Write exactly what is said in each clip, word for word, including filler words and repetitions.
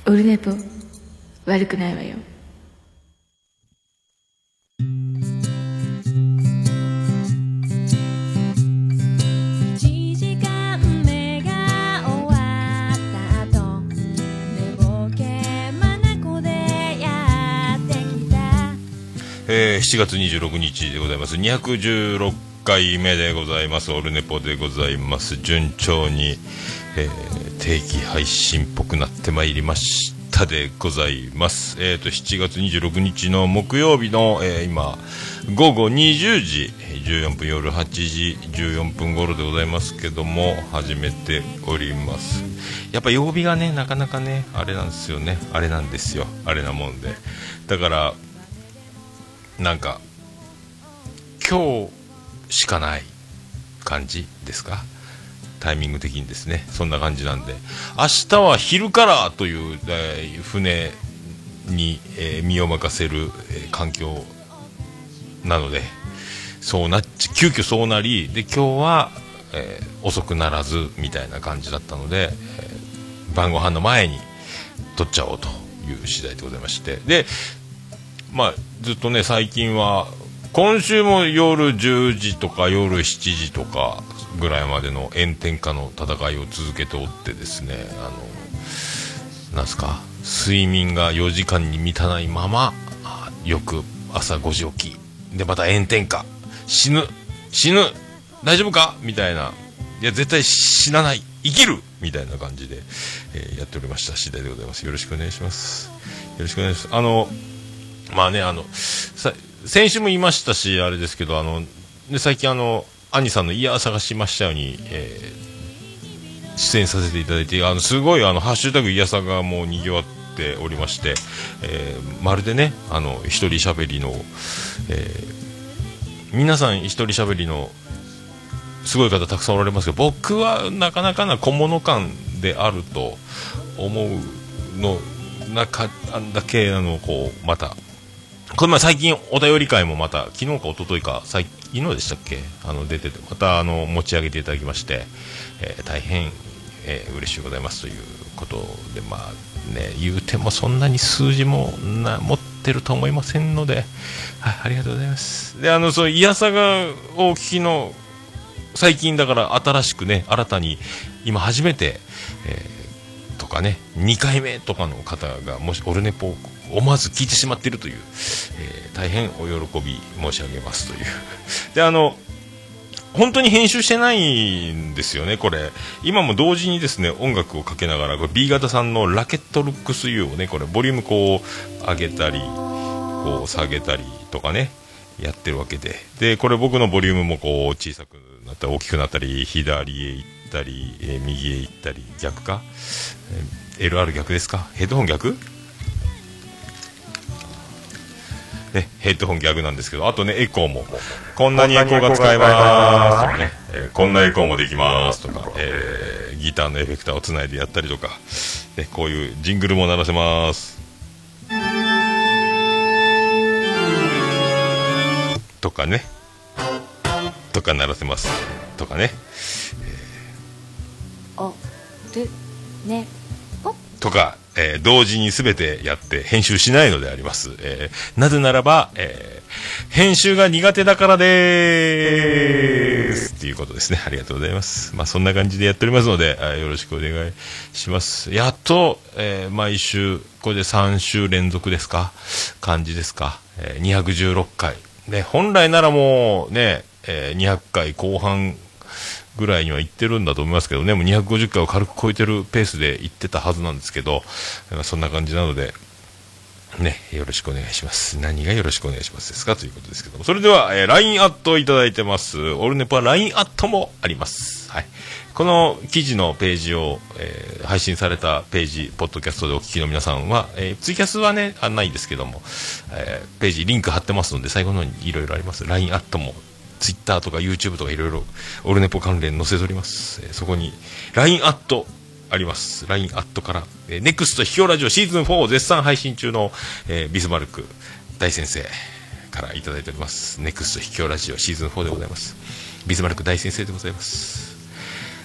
オルネポ悪くないわよ。 えー、しちがつにじゅうろくにちでございます。にひゃくじゅうろっかいめでございます。オルネポでございます。順調に、えー、定期配信っぽくなってまいりましたでございます。えーと、しちがつにじゅうろくにちの木曜日の、えー、今、午後にじゅうじじゅうよんぷん、夜はちじじゅうよんぷん頃でございますけども、始めております。やっぱ曜日がね、なかなかね、あれなんですよね。あれなんですよ。あれなもんで。だから、なんか今日しかない感じですか、タイミング的にですね。そんな感じなんで、明日は昼からという、えー、船に、えー、身を任せる、えー、環境なので、そうなっち急遽そうなりで、今日は、えー、遅くならずみたいな感じだったので、えー、晩ご飯の前に撮っちゃおうという次第でございまして、でまあ、ずっとね最近は今週も夜じゅうじとか夜しちじとかぐらいまでの炎天下の戦いを続けておってですね、あのなんすか、睡眠がよじかんに満たないまま、よく朝ごじ起きで、また炎天下、死ぬ死ぬ大丈夫かみたいな、いや絶対死なない、生きるみたいな感じで、えー、やっておりました次第でございます。よろしくお願いします。よろしくお願いします。あのまあね、あのさ先週も言いましたしあれですけど、あので最近あの兄さんのいや探しましたように、えー、出演させていただいて、あのすごいあのハッシュタグいやさがもう賑わっておりまして、えー、まるでね、あの一人喋りの、えー、皆さん一人喋りのすごい方たくさんおられますけど、僕はなかなかな小物感であると思うの中だけ、あのこうまたこれまあ最近お便り会もまた昨日か一昨日か昨日でしたっけ、あの出ててまたあの持ち上げていただきまして、えー、大変、えー、嬉しいございますということで、まあね、言うてもそんなに数字もな持ってると思いませんので、はい、ありがとうございます。で、あのそういやさがお聞きの最近だから新しくね、新たに今初めて、えー、とかねにかいめとかの方がもしオルネポを思わず聞いてしまっているという、えー、大変お喜び申し上げますというで、あの本当に編集してないんですよねこれ。今も同時にですね音楽をかけながらこれ B 型さんのラケットルックス U をね、これボリュームこう上げたりこう下げたりとかねやってるわけで、でこれ僕のボリュームもこう小さくなったり大きくなったり、左へ行ったり、えー、右へ行ったり、逆か、えー、エルアール 逆ですか、ヘッドホン逆ね、ヘッドホン逆なんですけど、あとねエコーもこんなにエコーが使えますとかね、えー、こんなエコーもできますとか、えー、ギターのエフェクターをつないでやったりとか、ね、こういうジングルも鳴らせますとかね、とか鳴らせますとかね、 えー、あでねとか、えー、同時に全てやって編集しないのであります、えー、なぜならば、えー、編集が苦手だからでーすっていうことですね。ありがとうございます。まあそんな感じでやっておりますので、えー、よろしくお願いします。やっと、えー、毎週これでさんしゅう連続ですか感じですか、えー、にひゃくじゅうろっかいね、本来ならもうね、えー、にひゃっかいこう半ぐらいには行ってるんだと思いますけどね、もうにひゃくごじゅっかいを軽く超えてるペースで行ってたはずなんですけど、そんな感じなのでね、よろしくお願いします。何がよろしくお願いしますですかということですけども、それでは、えー、ライン アットいただいてます。オルネポは ライン アットもあります。はい、この記事のページを、えー、配信されたページポッドキャストでお聞きの皆さんは、えー、ツイキャスはねあないですけども、えー、ページリンク貼ってますので最後のにいろいろあります。 ライン アットもツイッターとか YouTube とかいろいろオルネポ関連載せております、えー、そこに ライン アットあります。 ライン アットから、えー、ネクスト秘境ラジオシーズンフォー絶賛配信中の、えー、ビスマルク大先生からいただいております。ネクスト秘境ラジオシーズンフォーでございます。ビスマルク大先生でございます。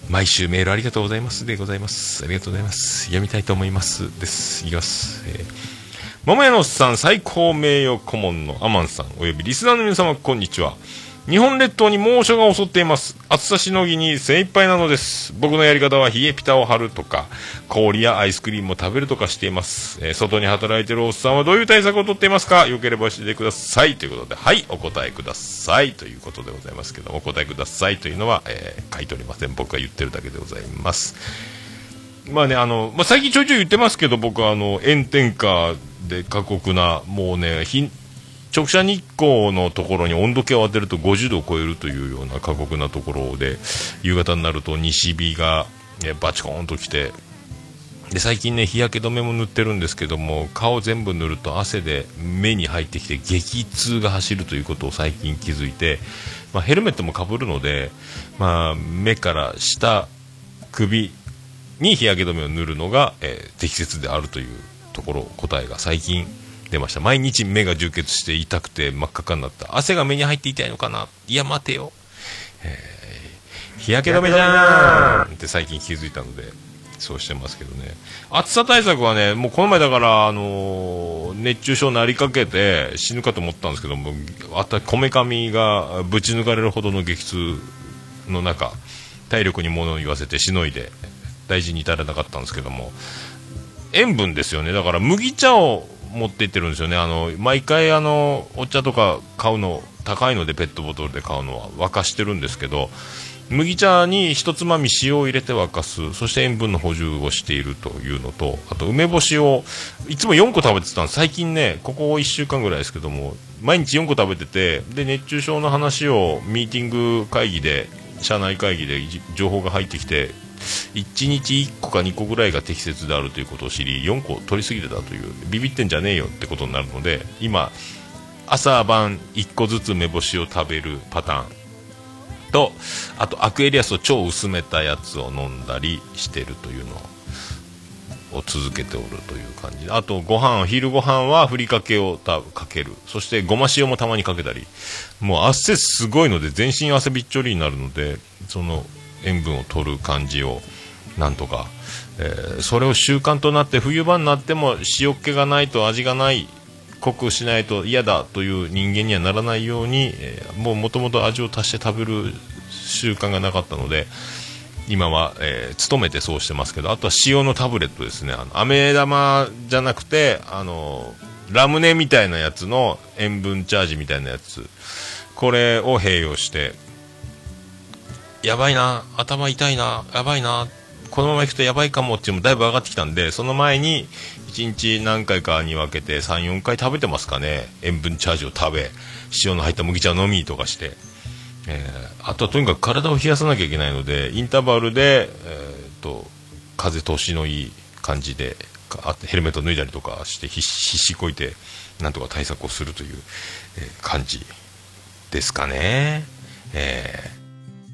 毎週メールありがとうございますでございます。ありがとうございます。読みたいと思いますです。いきます。えー、桃屋のおっさん最高名誉顧問のアマンさんおよびリスナーの皆様こんにちは。日本列島に猛暑が襲っています。暑さしのぎに精一杯なのです。僕のやり方は冷えピタを貼るとか氷やアイスクリームを食べるとかしています、えー、外に働いているおっさんはどういう対策をとっていますか。よければ教えてくださいということで、はい、お答えくださいということでございますけど、お答えくださいというのは、えー、書いておりません。僕が言ってるだけでございます。まあね、あの、まあ、最近ちょいちょい言ってますけど、僕はあの炎天下で過酷なもうねひ直射日光のところに温度計を当てるとごじゅうどを超えるというような過酷なところで、夕方になると西日が、ね、バチコーンときて、で最近ね日焼け止めも塗ってるんですけども、顔全部塗ると汗で目に入ってきて激痛が走るということを最近気づいて、まあ、ヘルメットもかぶるので、まあ、目から下首に日焼け止めを塗るのが、えー、適切であるというところ答えが最近出ました。毎日目が充血して痛くて真っ赤っかになった。汗が目に入って痛いのかな。いや待てよ、えー、日焼け止めじゃーんって最近気づいたのでそうしてますけどね。暑さ対策はね、もうこの前だから、あのー、熱中症になりかけて死ぬかと思ったんですけども、あとこめかみがぶち抜かれるほどの激痛の中体力に物を言わせてしのいで大事に至らなかったんですけども、塩分ですよね。だから麦茶を持って行ってるんですよね。あの毎回あのお茶とか買うの高いのでペットボトルで買うのは沸かしてるんですけど、麦茶に一つまみ塩を入れて沸かす、そして塩分の補充をしているというのと、あと梅干しをいつもよんこ食べてたんです。最近ねここいっしゅうかんぐらいですけども毎日よんこ食べてて、で熱中症の話をミーティング会議で社内会議で情報が入ってきて、いちにちいっこかにこぐらいが適切であるということを知り、よんこ取りすぎてたという、ビビってんじゃねえよってことになるので、今朝晩いっこずつ梅干しを食べるパターンと、あとアクエリアスを超薄めたやつを飲んだりしてるというのを続けておるという感じで、あとご飯、昼ご飯はふりかけをたかける、そしてごま塩もたまにかけたり、もう汗すごいので全身汗びっちょりになるので、その塩分を取る感じをなんとか、えー、それを習慣となって冬場になっても塩気がないと味がない、濃くしないと嫌だという人間にはならないように、えー、もうもともと味を足して食べる習慣がなかったので、今は、えー、努めてそうしてますけど、あとは塩のタブレットですね。あの飴玉じゃなくて、あのラムネみたいなやつの塩分チャージみたいなやつ、これを併用して、やばいな、頭痛いな、やばいな、このままいくとやばいかもっていうのもだいぶ上がってきたんで、その前にいちにち何回かに分けて さん,よん 回食べてますかね。塩分チャージを食べ、塩の入った麦茶を飲みとかして、えー、あとはとにかく体を冷やさなきゃいけないので、インターバルで、えー、と風通しのいい感じでヘルメット脱いだりとかして必死必死こいてなんとか対策をするという、えー、感じですかね。えー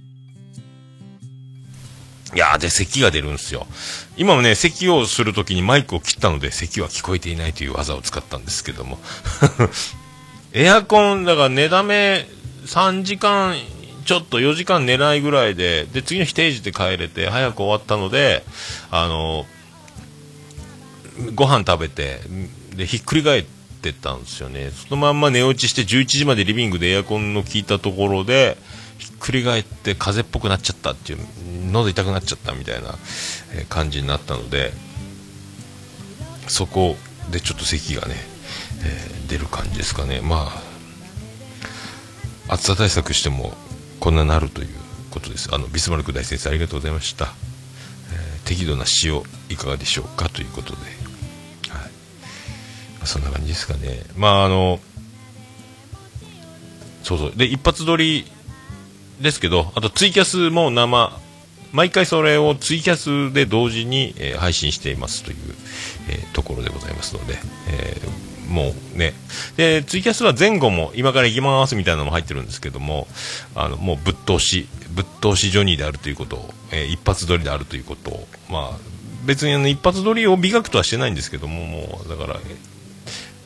いやーで咳が出るんですよ。今もね咳をするときにマイクを切ったので咳は聞こえていないという技を使ったんですけどもエアコンだから寝だめさんじかんちょっとよじかん寝ないぐらいで、で次の日定時で帰れて早く終わったので、あのご飯食べてでひっくり返ってったんですよね。そのまんま寝落ちしてじゅういちじまでリビングでエアコンの効いたところでひっくり返って風邪っぽくなっちゃったっていう、喉痛くなっちゃったみたいな感じになったので、そこでちょっと咳がね、えー、出る感じですかね。まあ暑さ対策してもこんななるということです。あのビスマルク大先生ありがとうございました、えー、適度な塩いかがでしょうかということで、はい、そんな感じですかね。まああのそうそうで一発撮りですけど、あとツイキャスも生毎回それをツイキャスで同時に、えー、配信していますという、えー、ところでございますので、えー、もうねでツイキャスは前後も今から行きますみたいなのも入ってるんですけども、あのもうぶっ通しぶっ通しジョニーであるということを、えー、一発撮りであるということを、まあ別にあの一発撮りを美学とはしてないんですけども、もうだから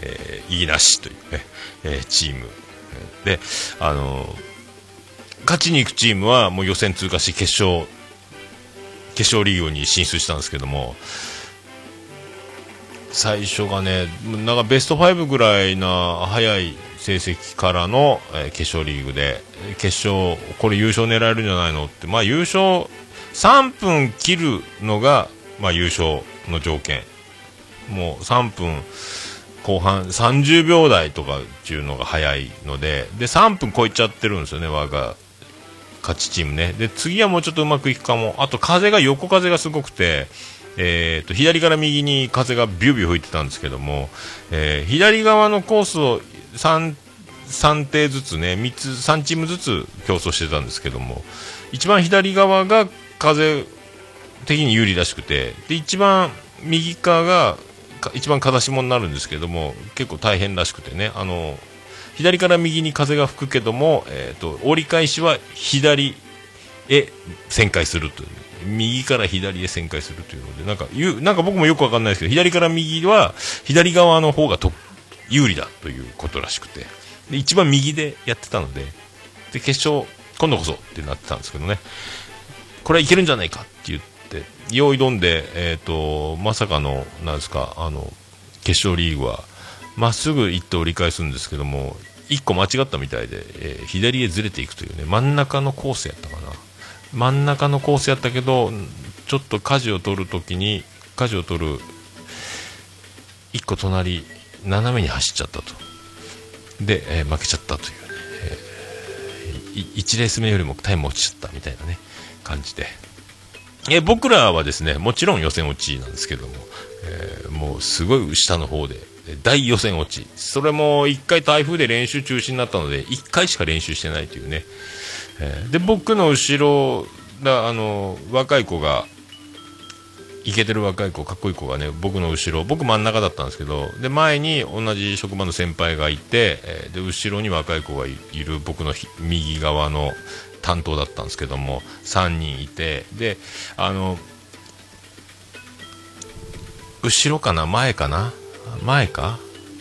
えー、いいなしというね、えー、チームで、あのー、勝ちに行くチームはもう予選通過し決勝決勝リーグに進出したんですけども、最初がね、なんかベストファイブぐらいな早い成績からの、えー、決勝リーグで、決勝これ優勝狙えるんじゃないのって、まあ優勝さんぷん切るのが、まあ優勝の条件、もうさんぷん後半さんじゅうびょう台とかっていうのが早いので、でさんぷん超えちゃってるんですよね、我が勝ちチームね。で次はもうちょっとうまくいくかも。あと風が横風がすごくて、えー、と左から右に風がビュービュー吹いてたんですけども、えー、左側のコースを 3, さん艇ずつねみっつさんチームずつ競争してたんですけども、一番左側が風的に有利らしくて、で一番右側が一番風下になるんですけども、結構大変らしくてね、あの左から右に風が吹くけども、えー、と折り返しは左へ旋回するという、右から左へ旋回するというので、なんかゆなんか僕もよくわかんないですけど、左から右は左側の方がと有利だということらしくて、で一番右でやってたので、で決勝今度こそってなってたんですけどね、これはいけるんじゃないかって言って用意どんで、えー、とまさかのなんですか、あの決勝リーグはまっすぐ行って折り返すんですけども、いっこ間違ったみたいで、えー、左へずれていくというね、真ん中のコースやったかな、真ん中のコースやったけど、ちょっと舵を取るときに舵を取るいっこ隣斜めに走っちゃったと、で、えー、負けちゃったというね、えー、いちレース目よりもタイム落ちちゃったみたいなね感じで、えー、僕らはですねもちろん予選落ちなんですけども、えー、もうすごい下の方で大予選落ち、それもいっかい台風で練習中止になったのでいっかいしか練習してないというね、えー、で僕の後ろだ、あの若い子がイケてる若い子、かっこいい子がね、僕の後ろ、僕真ん中だったんですけど、で前に同じ職場の先輩がいて、えー、で後ろに若い子が い, いる僕の右側の担当だったんですけども、さんにんいて、であの後ろかな前かな前か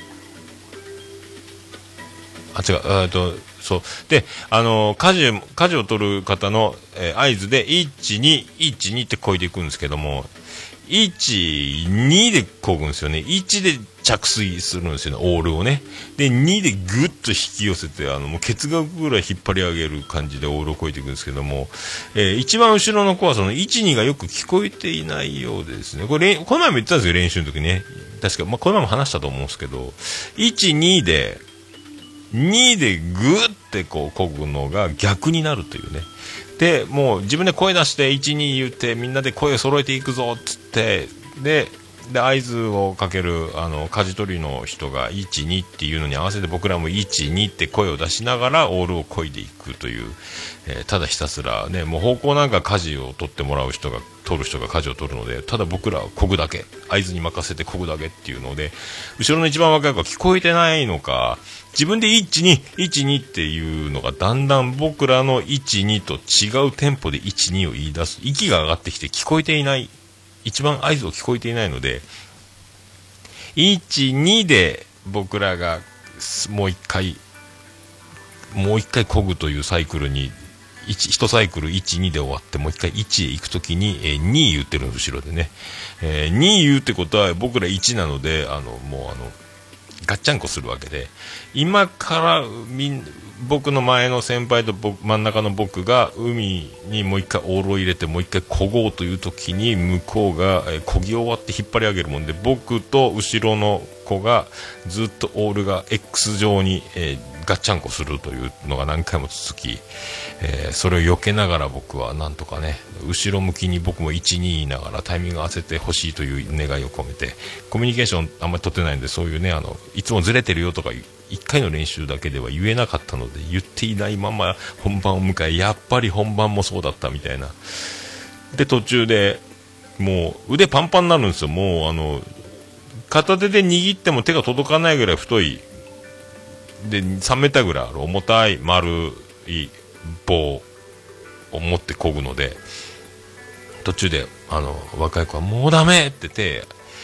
あ違うえっとそうで、あの舵舵を取る方の、えー、合図でいちにいちにって漕いでいくんですけども、いちにで漕ぐんですよね。いちで着水するんですよね、オールをね。でにでぐっと引き寄せて、あのもうケツがぐらい引っ張り上げる感じでオールを漕いでいくんですけども、えー、一番後ろの子はそのいちにがよく聞こえていないようでですね、これこの前も言ったんですよ、練習の時ね。確か、まあ、この前も話したと思うんですけど、いちにでにでグーってこう漕ぐのが逆になるというね。でもう自分で声出していちに言ってみんなで声を揃えていくぞっつって、でで合図をかけるあの舵取りの人がいちにっていうのに合わせて僕らもいちにって声を出しながらオールを漕いでいくという、えー、ただひたすらね、もう方向なんか舵を取ってもらう人が取る人が舵を取るので、ただ僕らは漕ぐだけ、合図に任せて漕ぐだけっていうので、後ろの一番若い子は聞こえてないのか、自分でいちにいちにっていうのがだんだん僕らのいちにと違うテンポでいちにを言い出す、息が上がってきて聞こえていない、一番合図を聞こえていないので、いちにで僕らがもう一回もう一回漕ぐというサイクルにいちサイクルいちにで終わって、もう一回いちへ行くときに、えー、に言ってるの後ろでね、えー、に言うってことは僕らいちなので、あのもうあのガッチャンコするわけで、今からみん僕の前の先輩と僕真ん中の僕が海にもう一回オールを入れてもう一回漕ごうという時に、向こうが、えー、漕ぎ終わって引っ張り上げるもんで、僕と後ろの子がずっとオールが X 状に、えーガッチャンコするというのが何回も続き、えー、それを避けながら僕はなんとかね、後ろ向きに僕もいちに言いながらタイミングを合わせてほしいという願いを込めて、コミュニケーションあんまり取ってないんで、そういうね、あのいつもずれてるよとかいっかいの練習だけでは言えなかったので、言っていないまま本番を迎え、やっぱり本番もそうだったみたいな。で途中でもう腕パンパンになるんですよ。もうあの片手で握っても手が届かないぐらい太いでさんメーターぐらいある重たい丸い棒を持って漕ぐので、途中であの若い子はもうダメって手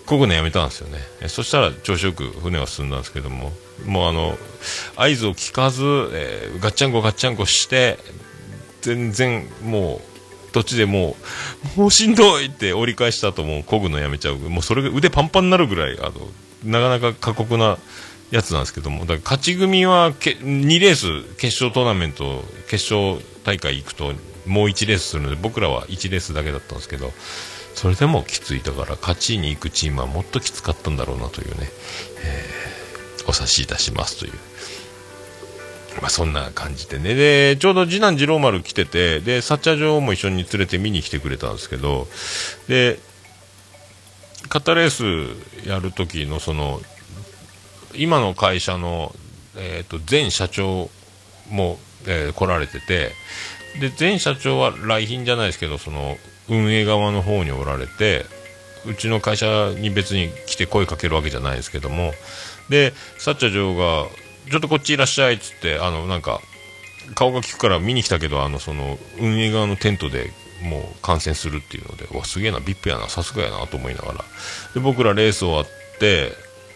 こぐのやめたんですよね。えそしたら調子よく船は進んだんですけども、もうあの合図を聞かず、えー、ガッチャンコガッチャンコして全然もうどっちでもうもうしんどいって折り返した後もう漕ぐのやめちゃう、もうそれが腕パンパンになるぐらいあのなかなか過酷なやつなんですけども、だから勝ち組はけにレース決勝トーナメント決勝大会行くともういちレースするので、僕らはいちレースだけだったんですけど、それでもきつい。だから勝ちに行くチームはもっときつかったんだろうなというね、えー、お察しいたしますという、まあ、そんな感じでね。でちょうど次男次郎丸来てて、でサッチャー場も一緒に連れて見に来てくれたんですけど、で肩レースやる時のその今の会社の、えー、と前社長も、えー、来られてて、で前社長は来賓じゃないですけどその運営側の方におられて、うちの会社に別に来て声かけるわけじゃないですけども、でサッチャ嬢がちょっとこっちいらっしゃいっつって、あのなんか顔が利くから見に来たけど、あのその運営側のテントでもう観戦するっていうので、わすげえな、ビップやな、さすがやなと思いながら、で僕らレース終わって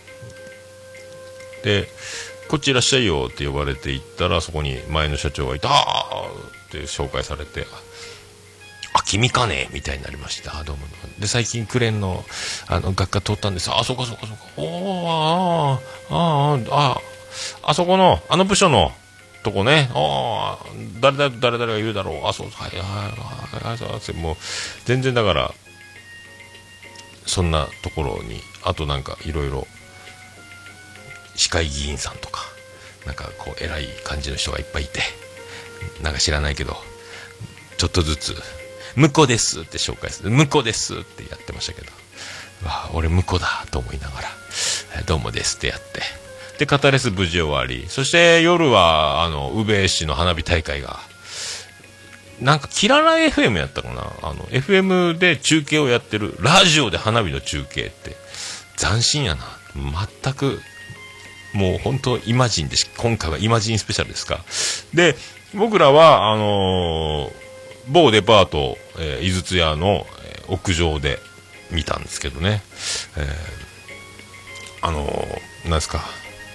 でこっちいらっしゃいよって呼ばれて行ったら、そこに前の社長がいたーって紹介されて、あ君かねみたいになりました。どうもどうも。で最近クレーンのあの学科通ったんです。あそうかそうかそうか、おーあーあーあーあそこのあの部署のとこね、ああ誰々誰々が言うだろう、あそうはいはいはいはいはい、もう全然だからそんなところに、あとなんかいろいろ市会議員さんとかなんかこう偉い感じの人がいっぱいいて、なんか知らないけどちょっとずつ向こうですって紹介する、向こうですってやってましたけど、わあ俺向こうだと思いながらどうもですってやって、で肩レース無事終わり、そして夜はあの宇部市の花火大会がなんかキララ エフエム やったかな、あの エフエム で中継をやってる、ラジオで花火の中継って斬新やな、全くもう本当イマジンでし、今回はイマジンスペシャルですか。で僕らはあのー、某デパート、えー、井筒屋の、えー、屋上で見たんですけどね、えー、あのー、なんですか、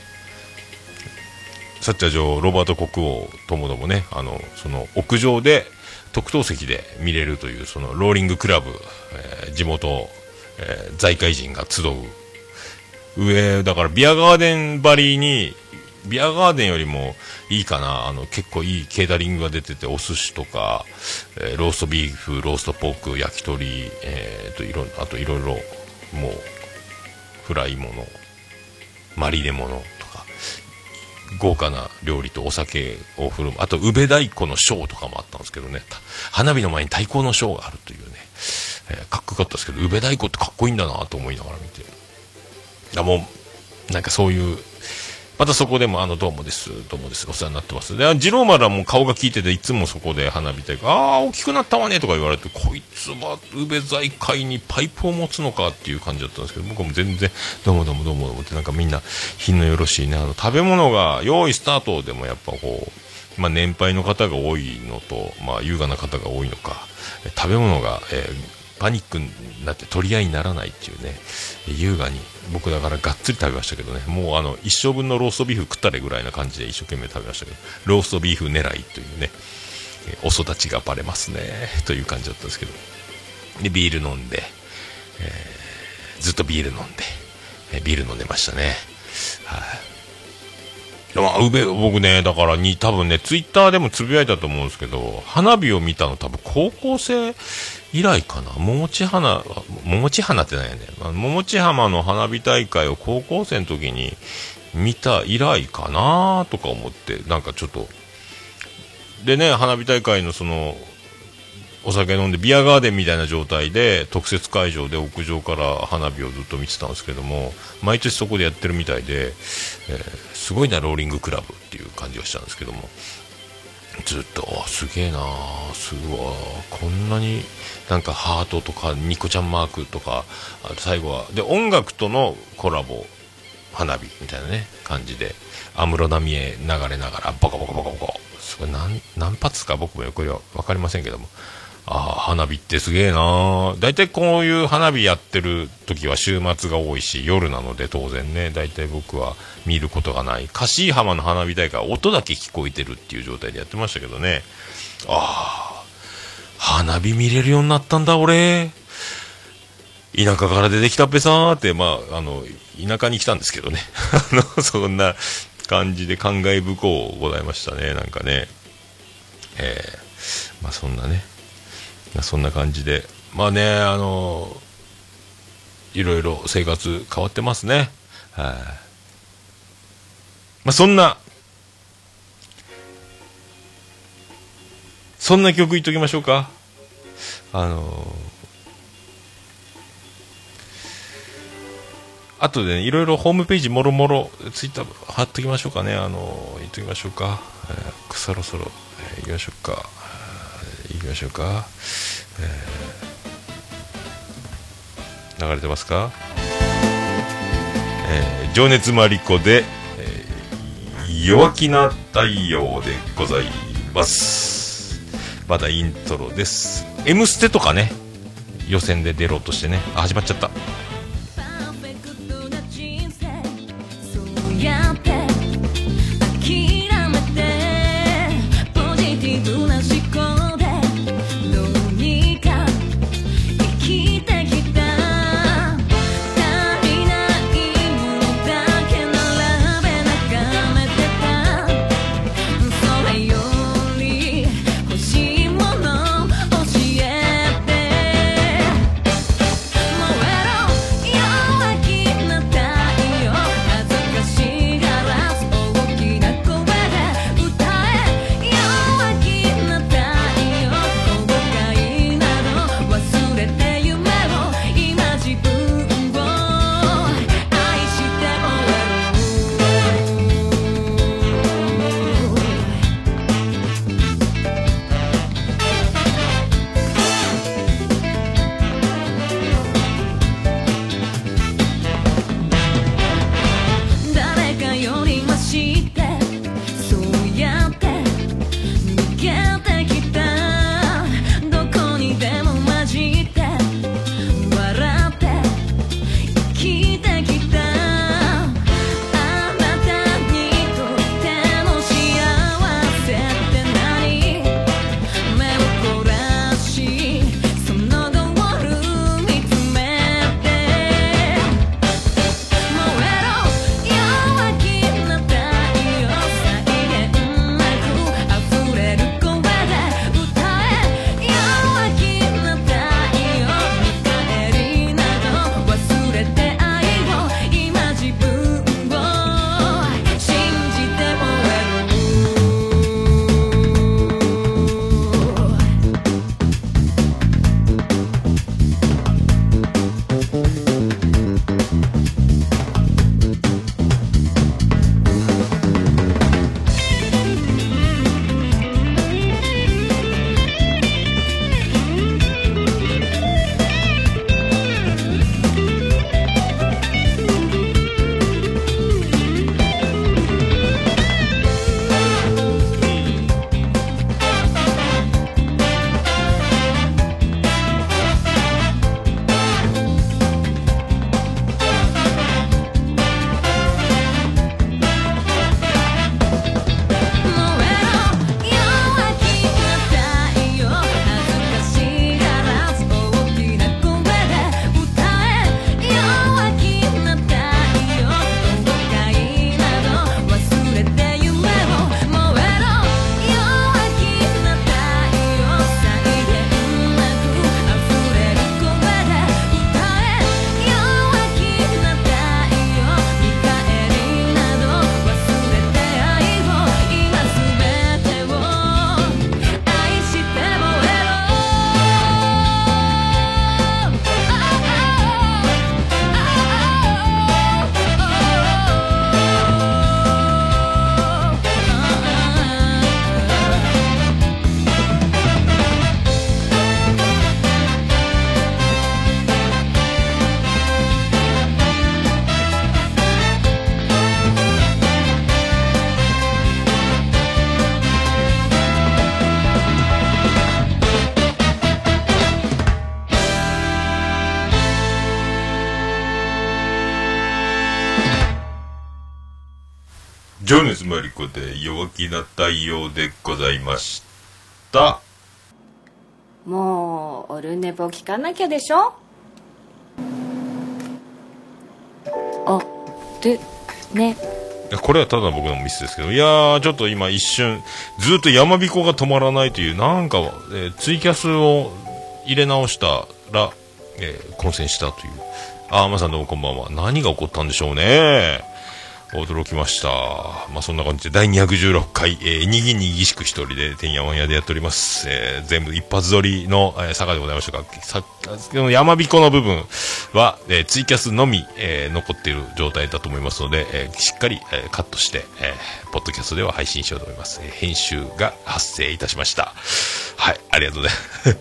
サッチャ嬢ロバート国王ともどもね、あのその屋上で特等席で見れるというそのローリングクラブ、えー、地元、えー、財界人が集う上だから、ビアガーデンばりにビアガーデンよりもいいかな、あの結構いいケータリングが出てて、お寿司とか、えー、ローストビーフ、ローストポーク、焼き鳥、えー、といろあといろいろもうフライもの、マリネものとか豪華な料理とお酒を振る舞う、あと宇部太鼓のショーとかもあったんですけどね、花火の前に太鼓のショーがあるというね、えー、かっこよかったですけど、宇部太鼓ってかっこいいんだなと思いながら見て、だもうなんかそういう、またそこでもあのどうもですどうもですお世話になってます。で次郎丸はもう顔が効いてて、いつもそこで花火大会、ああ大きくなったわねとか言われて、こいつは宇部財界にパイプを持つのかっていう感じだったんですけど、僕も全然どうもどうもどうもどうもって、なんかみんな品のよろしいね、あの食べ物が用意スタートでもやっぱこう、まあ、年配の方が多いのと、まあ、優雅な方が多いのか、食べ物が、えーパニックになって取り合いにならないっていうね、優雅に僕だからがっつり食べましたけどね、もうあの一生分のローストビーフ食ったれぐらいな感じで一生懸命食べましたけど、ローストビーフ狙いというね、お育ちがバレますねという感じだったんですけど、でビール飲んで、えー、ずっとビール飲んで、えー、ビール飲んでましたね。はい、まあ、僕ね、だからに多分ねツイッターでもつぶやいたと思うんですけど、花火を見たの多分高校生以来かな。桃地花桃地花って何やねん、桃地浜の花火大会を高校生の時に見た以来かなとか思って、なんかちょっとでね、花火大会のそのお酒飲んでビアガーデンみたいな状態で特設会場で屋上から花火をずっと見てたんですけども、毎年そこでやってるみたいで、えー、すごいなローリングクラブっていう感じがしたんですけども、ずっとすげえなー、すごい、こんなになんかハートとかニコちゃんマークとか、あと最後はで音楽とのコラボ花火みたいなね感じで安室奈美恵流れながらボコボコボコボコ、それ 何, 何発か僕もよく分かりませんけども、 ああ、花火ってすげえな。だいたいこういう花火やってる時は週末が多いし、夜なので当然ね、だいたい僕は見ることがない。香椎浜の花火大会、音だけ聞こえてるっていう状態でやってましたけどね。ああ、花火見れるようになったんだ俺。田舎から出てきたっぺさーって、まあ、あの、田舎に来たんですけどね。あの、そんな感じで感慨深うございましたね、なんかね。えー、まあそんなね。そんな感じで、まあね、あのいろいろ生活変わってますね。はい、あ、まあそんなそんな曲いっときましょうか。あのあとでね、いろいろホームページもろもろツイッター貼っときましょうかね。あの言っときましょうか。えー、そろそろ、えー、行きましょうか。行きましょうか。えー、流れてますか。えー、情熱マリコで、えー、弱気な太陽でございます。まだイントロです。 M ステとかね、予選で出ろうとしてね。あ、始まっちゃった。やって諦めてポジティブな思考でどうにか生きてきた。足りないものだけ並べ眺めてた。それより欲しいもの教えて。燃えろ情熱マリコで弱気な太陽でございました。 もうオルネポ聞かなきゃでしょ。 あでねいやこれはただ僕のミスですけど、いやーちょっと今一瞬ずっと山彦が止まらないというなんか、えー、ツイキャスを入れ直したら、えー、混戦したという。あーまさんどうもこんばんは。何が起こったんでしょうね。驚きました。まあそんな感じでだいにひゃくじゅうろっかい、えー、にぎにぎしく一人でてんやわんやでやっております。えー、全部一発撮りの、えー、坂でございましたが、さ山彦の部分は、えー、ツイキャスのみ、えー、残っている状態だと思いますので、えー、しっかり、えー、カットして、えー、ポッドキャストでは配信しようと思います。えー、編集が発生いたしました。はい、ありがとうございます。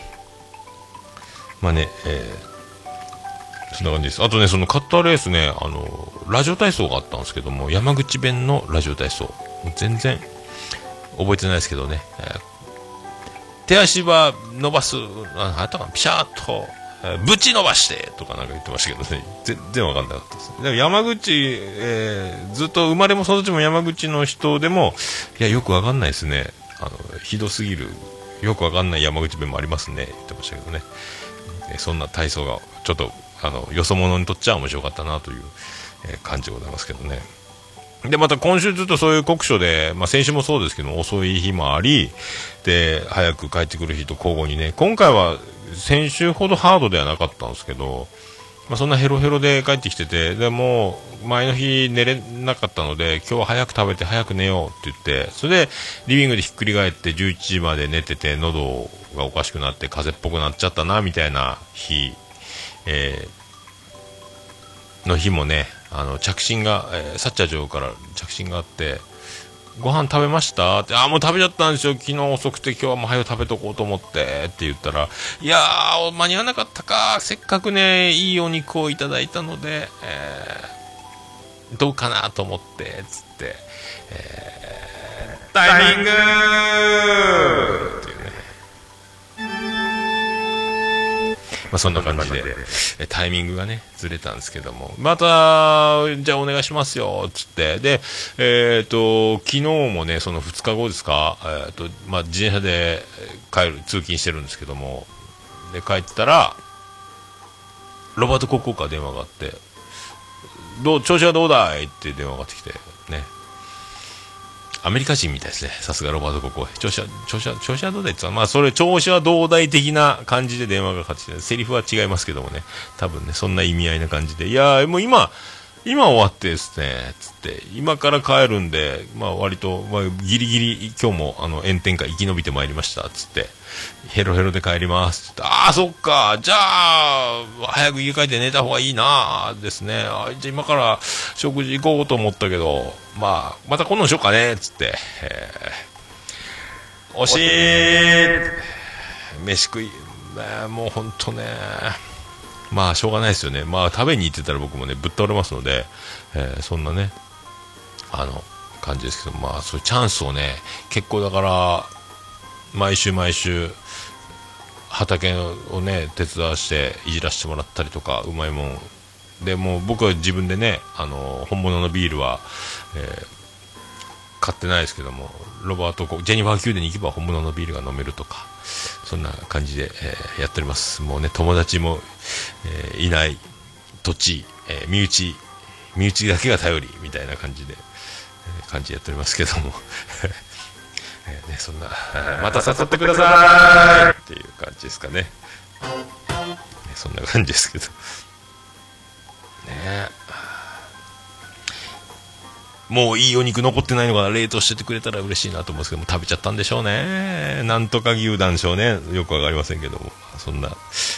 まあね、えーそんな感じです。あとね、そのカッターレースね、あのラジオ体操があったんですけども、山口弁のラジオ体操全然覚えてないですけどね、えー、手足は伸ばす、ああとはピシャーっと、えー、ぶち伸ばしてとかなんか言ってましたけどね、全然わかんなかったです。でも山口、えー、ずっと生まれも育ちも山口の人でも、いやよくわかんないですね、あのひどすぎるよくわかんない山口弁もありますね言ってましたけどね、えー、そんな体操がちょっとあのよそ者にとっちゃ面白かったなという、えー、感じでございますけどね。でまた今週ずっとそういう酷暑で、まあ、先週もそうですけど遅い日もありで早く帰ってくる日と交互にね、今回は先週ほどハードではなかったんですけど、まあ、そんなヘロヘロで帰ってきてて、でもう前の日寝れなかったので今日は早く食べて早く寝ようって言って、それでリビングでひっくり返ってじゅういちじまで寝てて喉がおかしくなって風邪っぽくなっちゃったなみたいな日、えー、の日もね、あの着信が、えー、サッチャー城から着信があって、ご飯食べましたって、あもう食べちゃったんですよ、昨日遅くて今日はもう早く食べとこうと思ってって言ったら、いやー間に合わなかったか、せっかくねいいお肉をいただいたので、えー、どうかなと思ってつって、えー、タイミングっていうね、まあ、そんな感じでタイミングがねずれたんですけども、またじゃあお願いしますよつって、でえっ、ー、と昨日もねそのふつかごですか、えーとまあ、自転車で帰る通勤してるんですけども、で帰ってたらロバート国交から電話があって、どう調子はどうだいって電話がかってきてね、アメリカ人みたいですね、さすがロバート国交、調子は調子は調子はどうだいって言ったら、まあそれ調子はどうだい的な感じで電話がかかってきて、セリフは違いますけどもね、多分ねそんな意味合いな感じで、いやーもう今今終わってですねつって今から帰るんで、まあ割と、まあ、ギリギリ今日もあの炎天下生き延びてまいりましたつってヘロヘロで帰りますつって、ああそっか、じゃあ早く家帰って寝た方がいいなですね、あじゃあ今から食事行こうと思ったけど、まあまた今度にしようかねつって、えー、惜しい飯食い、ね、もうほんとねまあしょうがないですよね。まあ食べに行ってたら僕もねぶっ倒れますので、えー、そんなねあの感じですけど、まあそういうチャンスをね結構だから毎週毎週畑をね手伝わしていじらせてもらったりとか、うまいもんでもう僕は自分でねあの本物のビールは、えー、買ってないですけども、ロバートジェニファー宮殿に行けば本物のビールが飲めるとか、そんな感じで、えー、やっております。もうね友達も、えー、いない土地、えー、身内身内だけが頼りみたいな感じで、えー、感じでやっておりますけども、えーね、そんなまた誘ってくださいっていう感じですかね。ねそんな感じですけどね、もういいお肉残ってないのが冷凍しててくれたら嬉しいなと思うんですけども、食べちゃったんでしょうね、なんとか牛なんでしょうね、よくわかりませんけども、そんな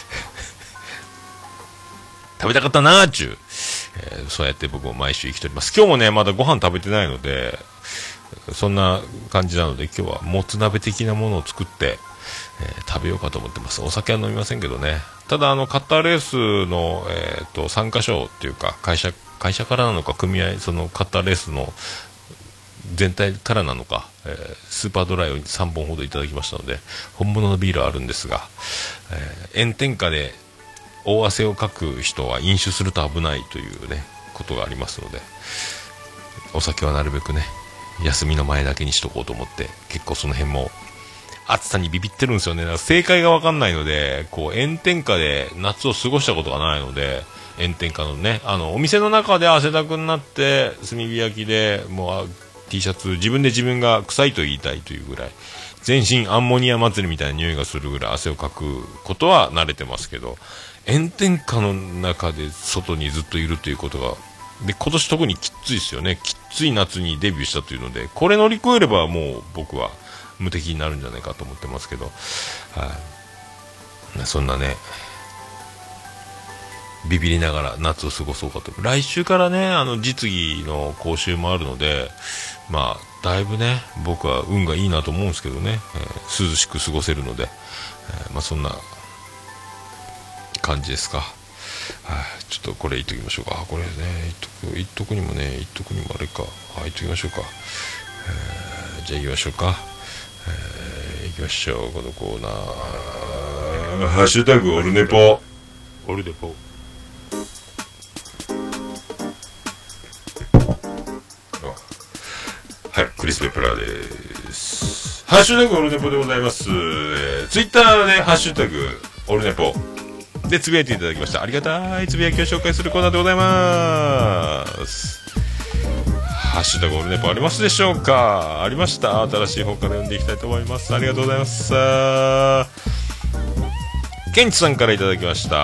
食べたかったなーちゅう、えー、そうやって僕も毎週生きております。今日もねまだご飯食べてないのでそんな感じなので、今日はもつ鍋的なものを作って、えー、食べようかと思ってます。お酒は飲みませんけどね。ただあのカッターレースの、えー、と参加賞っていうか会社会社からなのか組合、そのカッターレースの全体からなのか、えー、スーパードライをさんぼんほどいただきましたので、本物のビールはあるんですが、えー、炎天下で大汗をかく人は飲酒すると危ないというねことがありますので、 お酒はなるべくね休みの前だけにしとこうと思って、結構その辺も暑さにビビってるんですよね。だから正解がわかんないので、こう炎天下で夏を過ごしたことがないので、炎天下のね、あのお店の中で汗だくになって炭火焼きでもう T シャツ自分で自分が臭いと言いたいというぐらい、全身アンモニア祭りみたいな匂いがするぐらい汗をかくことは慣れてますけど、炎天下の中で外にずっといるということがで、今年特にきついですよね。きつい夏にデビューしたというので、これ乗り越えればもう僕は無敵になるんじゃないかと思ってますけど、はい、そんなねビビりながら夏を過ごそうかと。来週からね、あの実技の講習もあるので、まあだいぶね僕は運がいいなと思うんですけどね、えー、涼しく過ごせるので、えー、まあそんな感じですか。はい、ちょっとこれ言っときましょうか。これね言っとく、言っとくにもね言っとくにもあれか。はい、言っときましょうか。えー、じゃあ行きましょうか。えー、行きましょう。このコーナー、ハッシュタグオルネポ、オルネポ。はい、クリス・ペプラーです。ハッシュタグオルネポでございます。えー、ツイッターでハッシュタグオルネポでつぶやいていただきました。ありがたいつぶやきを紹介するコーナーでございます。ハッシュタグオルネポありますでしょうか。ありました。新しい方から読んでいきたいと思います。ありがとうございます。ケンチさんからいただきました。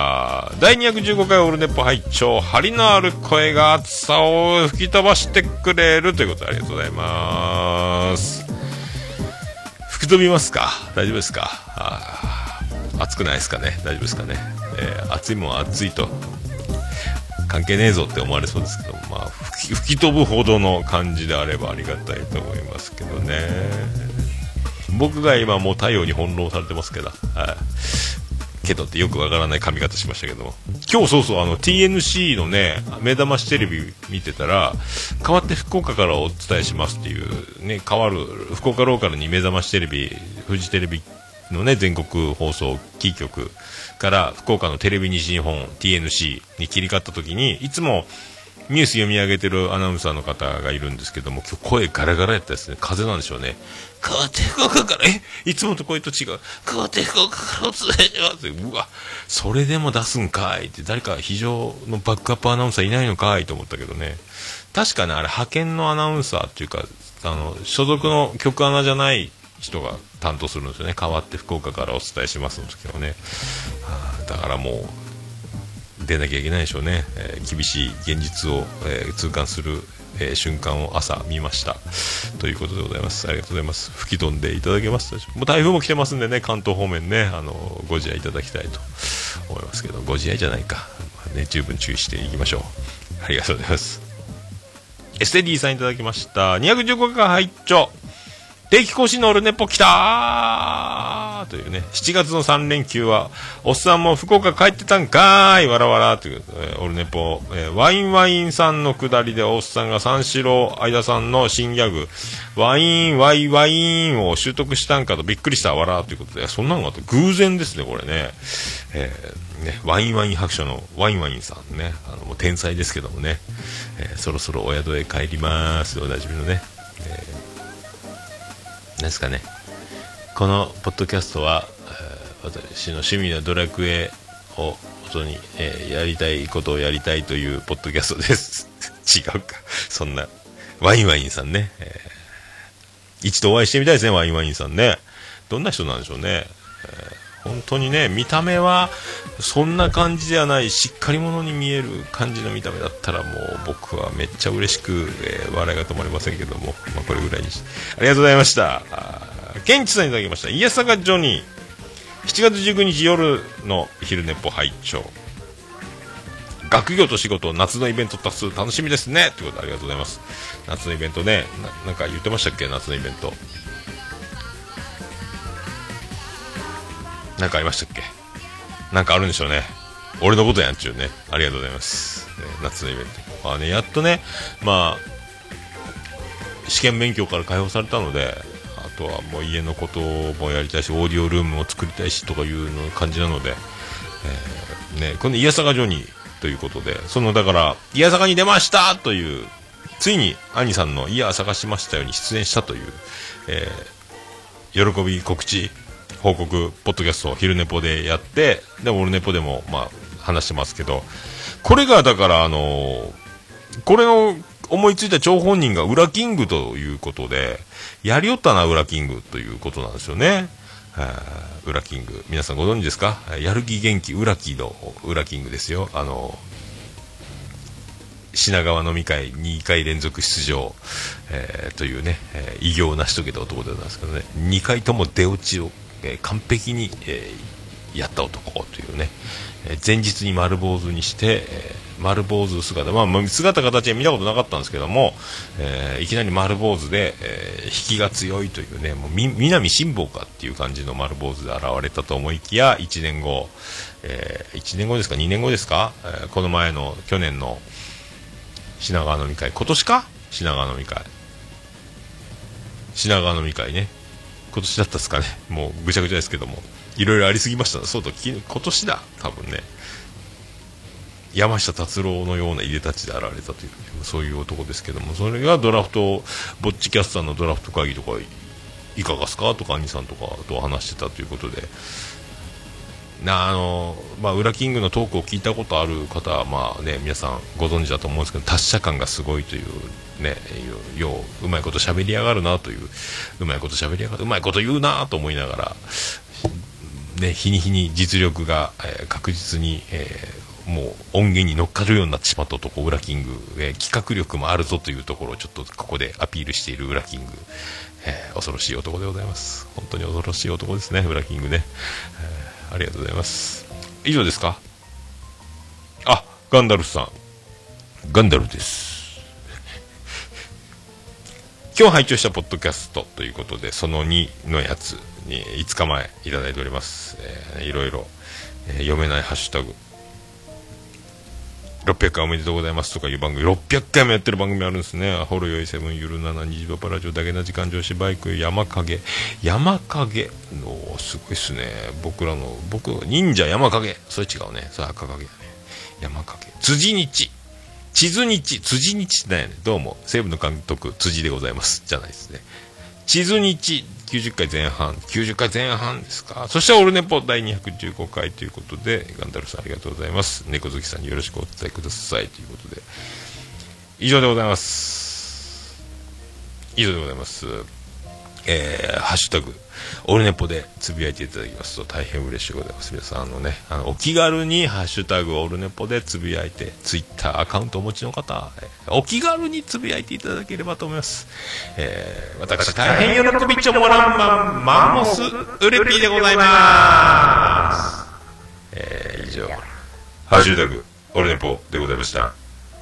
だいにひゃくじゅうごかいオルネポ拝聴、張りのある声が暑さを吹き飛ばしてくれるということでありがとうございます。吹き飛びますか。大丈夫ですか。あ、暑くないですかね。大丈夫ですかね。えー、暑いもん暑いと関係ねえぞって思われそうですけど、まあ、吹き、吹き飛ぶほどの感じであればありがたいと思いますけどね。僕が今もう太陽に翻弄されてますけど、はい、けどってよくわからない髪型しましたけども、今日そうそうあの ティーエヌシー のね目覚ましテレビ見てたら、代わって福岡からお伝えしますっていうね、変わる福岡ローカルに目覚ましテレビ、フジテレビのね全国放送キー局から福岡のテレビ西日本 ティーエヌシー に切り替わった時に、いつもニュース読み上げてるアナウンサーの方がいるんですけども、今日声ガラガラやったですね。風邪なんでしょうね。変わって福岡から、えいつもと声と違う、変わって福岡からお伝えします。うわ、それでも出すんかいって、誰か非常のバックアップアナウンサーいないのかいと思ったけどね。確かにあれ派遣のアナウンサーっていうか、あの所属の局アナじゃない人が担当するんですよね。代わって福岡からお伝えしますの時はね。はあ、だからもう出なきゃいけないでしょうね。えー、厳しい現実を、えー、痛感する、えー、瞬間を朝見ましたということでございます。ありがとうございます。吹き飛んでいただけますでしょうか。もう台風も来てますんでね、関東方面ね、あのご自愛いただきたいと思いますけど、ご自愛じゃないか、まあね、十分注意していきましょう。ありがとうございます。エステディさんいただきました。にひゃくじゅうごかい拝聴、定期更新のオルネポ来たーというね、しちがつのさん連休はおっさんも福岡帰ってたんかーいわらわらという、えー、オルネポ、えー、ワインワインさんの下りでおっさんが三四郎相田さんの新ギャグワインワイワインを習得したんかとびっくりしたわらということで、そんなのがあって偶然ですねこれね。えー、ね、ワインワイン白書のワインワインさんね、あのもう天才ですけどもね、えー、そろそろお宿へ帰りますおなじみのね、えーなんですかね、このポッドキャストは、えー、私の趣味のドラクエを元に、えー、やりたいことをやりたいというポッドキャストです違うか、そんなワインワインさんね、えー、一度お会いしてみたいですね。ワインワインさんね、どんな人なんでしょうね。えー、本当にね、見た目はそんな感じではない、しっかり者に見える感じの見た目だったらもう僕はめっちゃ嬉しく、えー、笑いが止まりませんけども、まあ、これぐらいにしてありがとうございました。ケンチさんいただきました。イヤサガジョニー、しちがつじゅうくにち夜の昼寝ぽ拝聴、学業と仕事夏のイベント多数楽しみですねということでありがとうございます。夏のイベントね、 な, なんか言ってましたっけ。夏のイベントなんかありましたっけ。なんかあるんでしょうね。俺のことやんちゅうね。ありがとうございます、ね、夏のイベント、まあね、やっとね、まあ試験勉強から解放されたので、あとはもう家のこともやりたいし、オーディオルームを作りたいしとかいうの感じなので、えーね、このイヤサガジョニーということで、そのだからイヤサガに出ましたというついに兄さんのいや探しましたよに出演したという、えー、喜び告知報告ポッドキャストを昼寝ぽでやって、でもオルネポでもまあ話してますけど、これがだからあのー、これの思いついた張本人がウラキングということで、やりよったなウラキングということなんですよね。ウラキング、皆さんご存知ですか？やる気元気ウラキのウラキングですよ。あの品川飲み会にかい連続出場、えー、というね、えー、偉業を成し遂げた男でございますけどね、にかいとも出落ちを、えー、完璧に、えー、やった男というね、えー、前日に丸坊主にして、えー、丸坊主姿、まあ、姿形は見たことなかったんですけども、えー、いきなり丸坊主で、えー、引きが強いというね、もうみ南辛坊かっていう感じの丸坊主で現れたと思いきや、いちねんご、えー、いちねんごですかにねんごですか、えー、この前の去年の品川飲み会、今年か品川飲み会品川飲み会ね、今年だったですかね、もうぐちゃぐちゃですけども、いろいろありすぎました。そうと今年だ多分ね、山下達郎のようないでたちで現れたという、そういう男ですけども、それがドラフトぼっちキャスターのドラフト会議とかいかがですかとか兄さんとかと話してたということで、なあのまあ、ウラキングのトークを聞いたことある方は、まあね、皆さんご存知だと思うんですけど、達者感がすごいというね、よううまいこと喋りやがるなという、うまいこと喋りやがる、うまいこと言うなと思いながら、ね、日に日に実力が、えー、確実に、えー、もう音源に乗っかるようになってしまった男ウラキング、えー、企画力もあるぞというところをちょっとここでアピールしているウラキング、えー、恐ろしい男でございます。本当に恐ろしい男ですね、ウラキングね、えーありがとうございます。以上ですか？あ、ガンダルフさん、ガンダルです今日拝聴したポッドキャストということで、そのにのやつにいつかまえいただいております。えー、いろいろ、えー、読めないハッシュタグろっぴゃっかいおめでとうございますとかいう番組、ろっぴゃっかいもやってる番組あるんですね。アホロヨイセブンゆるななにじパパラジオだけな時間上司バイク山影山影のすごいっすね。僕らの僕忍者山影、それ違うね、それ赤影やね。山影辻日地図日辻日ってなんやねん。どうも西武の監督辻でございますじゃないですね。地図日きゅうじゅっかいぜん半きゅうじゅっかいぜん半ですか。そしてオルネポだいにひゃくじゅうごかいということで、ガンダルさんありがとうございます。猫好きさんによろしくお伝えくださいということで、以上でございます以上でございます。えー、ハッシュタグオルネポでつぶやいていただきますと大変嬉しいございます。皆さんあのね、あのお気軽にハッシュタグオルネポでつぶやいて、ツイッターアカウントをお持ちの方、えー、お気軽につぶやいていただければと思います。えー、私大変喜びちょもらんまんマンモスウレピーでございます。えー、以上ハッシュタグオルネポでございました。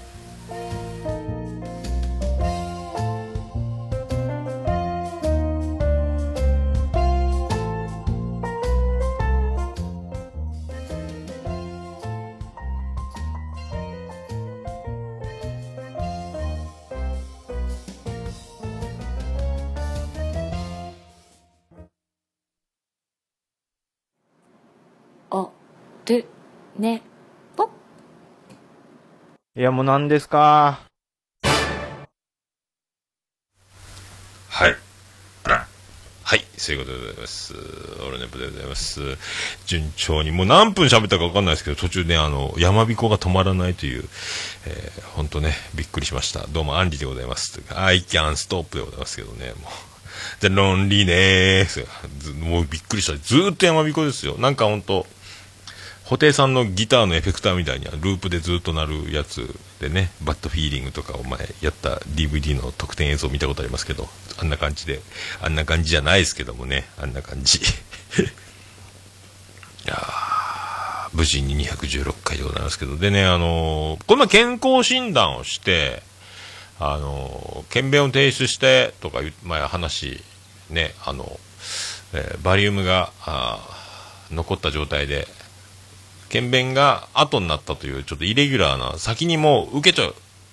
おるねぽ。 いやもう何ですか。 はいはい、そういうことでございます。オルネポでございます。順調にもう何分喋ったか分かんないですけど、途中であの山彦が止まらないという、えー、本当ねびっくりしました。どうもアンリでございますというか I can stop でございますけどね、もうじゃロンリーねー、もうびっくりした。ずーっと山彦ですよ。なんか本当布袋さんのギターのエフェクターみたいにループでずっと鳴るやつでね、バッドフィーリングとかお前やった ディーブイディー の特典映像見たことありますけど、あんな感じで、あんな感じじゃないですけどもね、あんな感じいやー無事ににひゃくじゅうろっかいでございますけど、でね、あのー、この健康診断をしてあのー、検便を提出してとか前話ね、あの、えー、バリウムが残った状態で検便が後になったというちょっとイレギュラーな、先にもう受けちゃう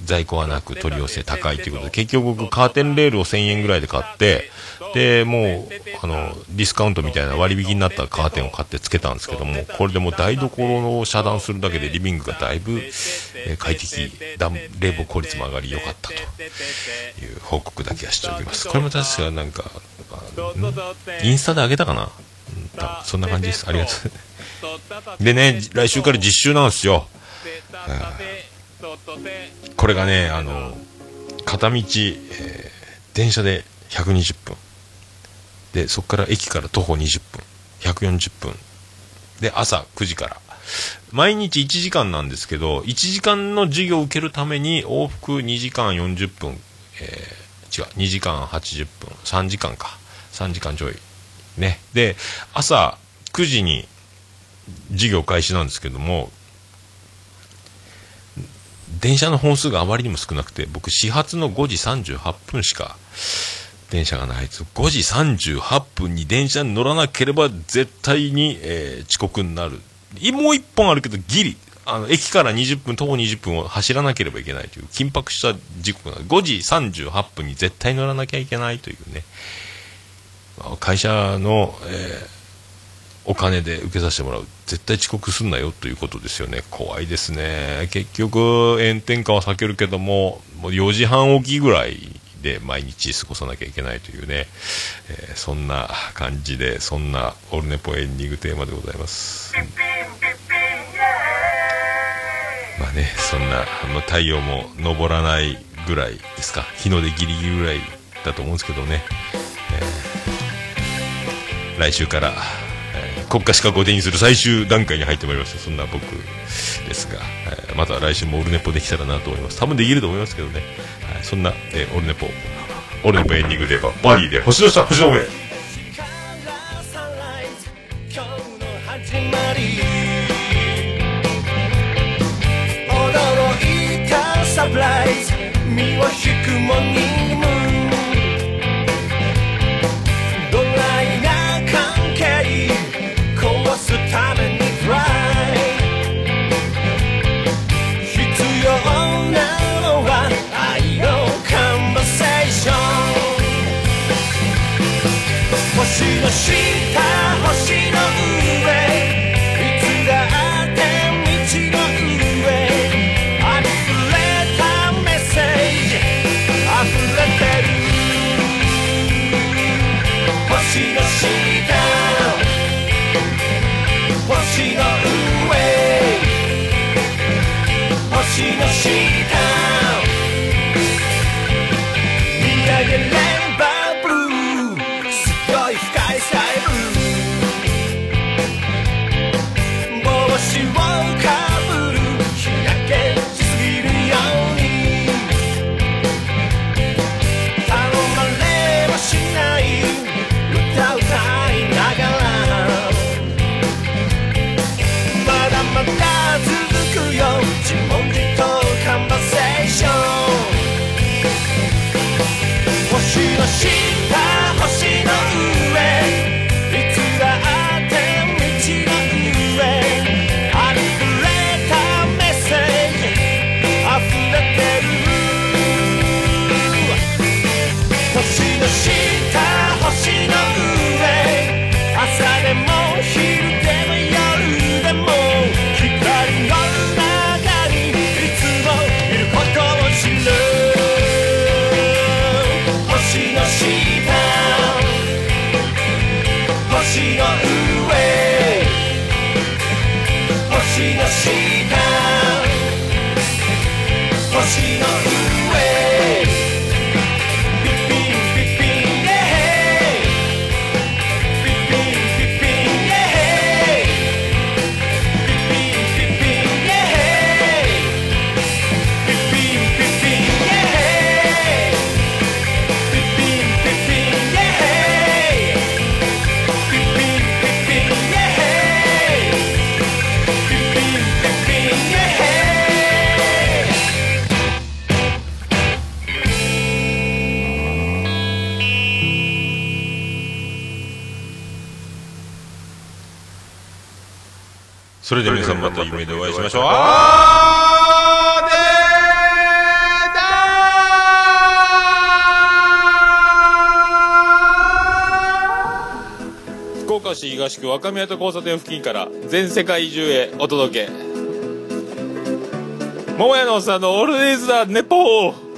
在庫はなく取り寄せ高いということで、結局僕カーテンレールをせんえんぐらいで買って、でもうあのディスカウントみたいな割引になったカーテンを買ってつけたんですけども、これでもう台所を遮断するだけでリビングがだいぶ、えー、快適、暖冷房効率も上がり良かったという報告だけはしておきます。これも確かなんかインスタで上げたかな、うん、そんな感じです。ありがとうでね、来週から実習なんですよ。これがね、あの片道、えー、電車でひゃくにじゅっぷんで、そこから駅から徒歩にじゅっぷん、ひゃくよんじゅっぷんで、朝くじから毎日いちじかんなんですけど、いちじかんの授業を受けるために往復にじかんよんじゅっぷん、えー、違うにじかんはちじゅっぷん、さんじかんか、さんじかんちょいね。で朝くじに授業開始なんですけども、電車の本数があまりにも少なくて、僕始発のごじさんじゅうはっぷんしか電車がないです。ごじさんじゅうはっぷんに電車に乗らなければ絶対に、えー、遅刻になる。もう一本あるけどギリ、あの駅からにじゅっぷん、徒歩にじゅっぷんを走らなければいけないという緊迫した時刻がごじさんじゅうはっぷんに絶対乗らなきゃいけないというね、会社の、えーお金で受けさせてもらう、絶対遅刻すんなよということですよね。怖いですね。結局炎天下は避けるけども、もうよじはん起きぐらいで毎日過ごさなきゃいけないというね、えー、そんな感じで、そんなオルネポエンディングテーマでございます。まあね、そんなあの太陽も昇らないぐらいですか、日の出ギリギリぐらいだと思うんですけどね、えー、来週から国家資格を手にする最終段階に入ってまいりました。そんな僕ですが、えー、また来週もオルネポできたらなと思います。多分できると思いますけどね、はい、そんな、えー、オルネポオルネポエンディングでババディで星の下星の上、驚いたサプライズ、身を引くモーニングムーン、ドライな関係壊すためにトライ、必要なのは愛のカンバセーション、星の下星の上、いつだって道の上、あふれたメッセージ溢れてる、星の下星の上、星の下、見上げればブルー、すごい深いスカイブルー、帽子をかぶる、日焼けしすぎるように、頼まれはしない、歌歌いながらまだ続くよ、自問自答カンバセーション、星の下星の上、いつだって道の上、あふれたメッセージ溢れてる、星の下星の上、朝でも昼でも夜でも光の中にいつもいることを知る、星の下星の上、星の下星の上、ピッピンピッピンイェヘイ、ピッピンピッピンイェヘイ、ピッピンピッピンイェヘイ、ピッピンピッピンイェヘイ、ピッピンピッピンイェヘイ、ピッピンピッピンイェヘイ、ピッピンピッピンイェヘイ。それでは皆さんまた夢でお会いしましょう。あーでー岡市東区若宮と交差点付近から全世界中へお届け。桃屋のおっさんのオールディーズ・ザ・ネポー。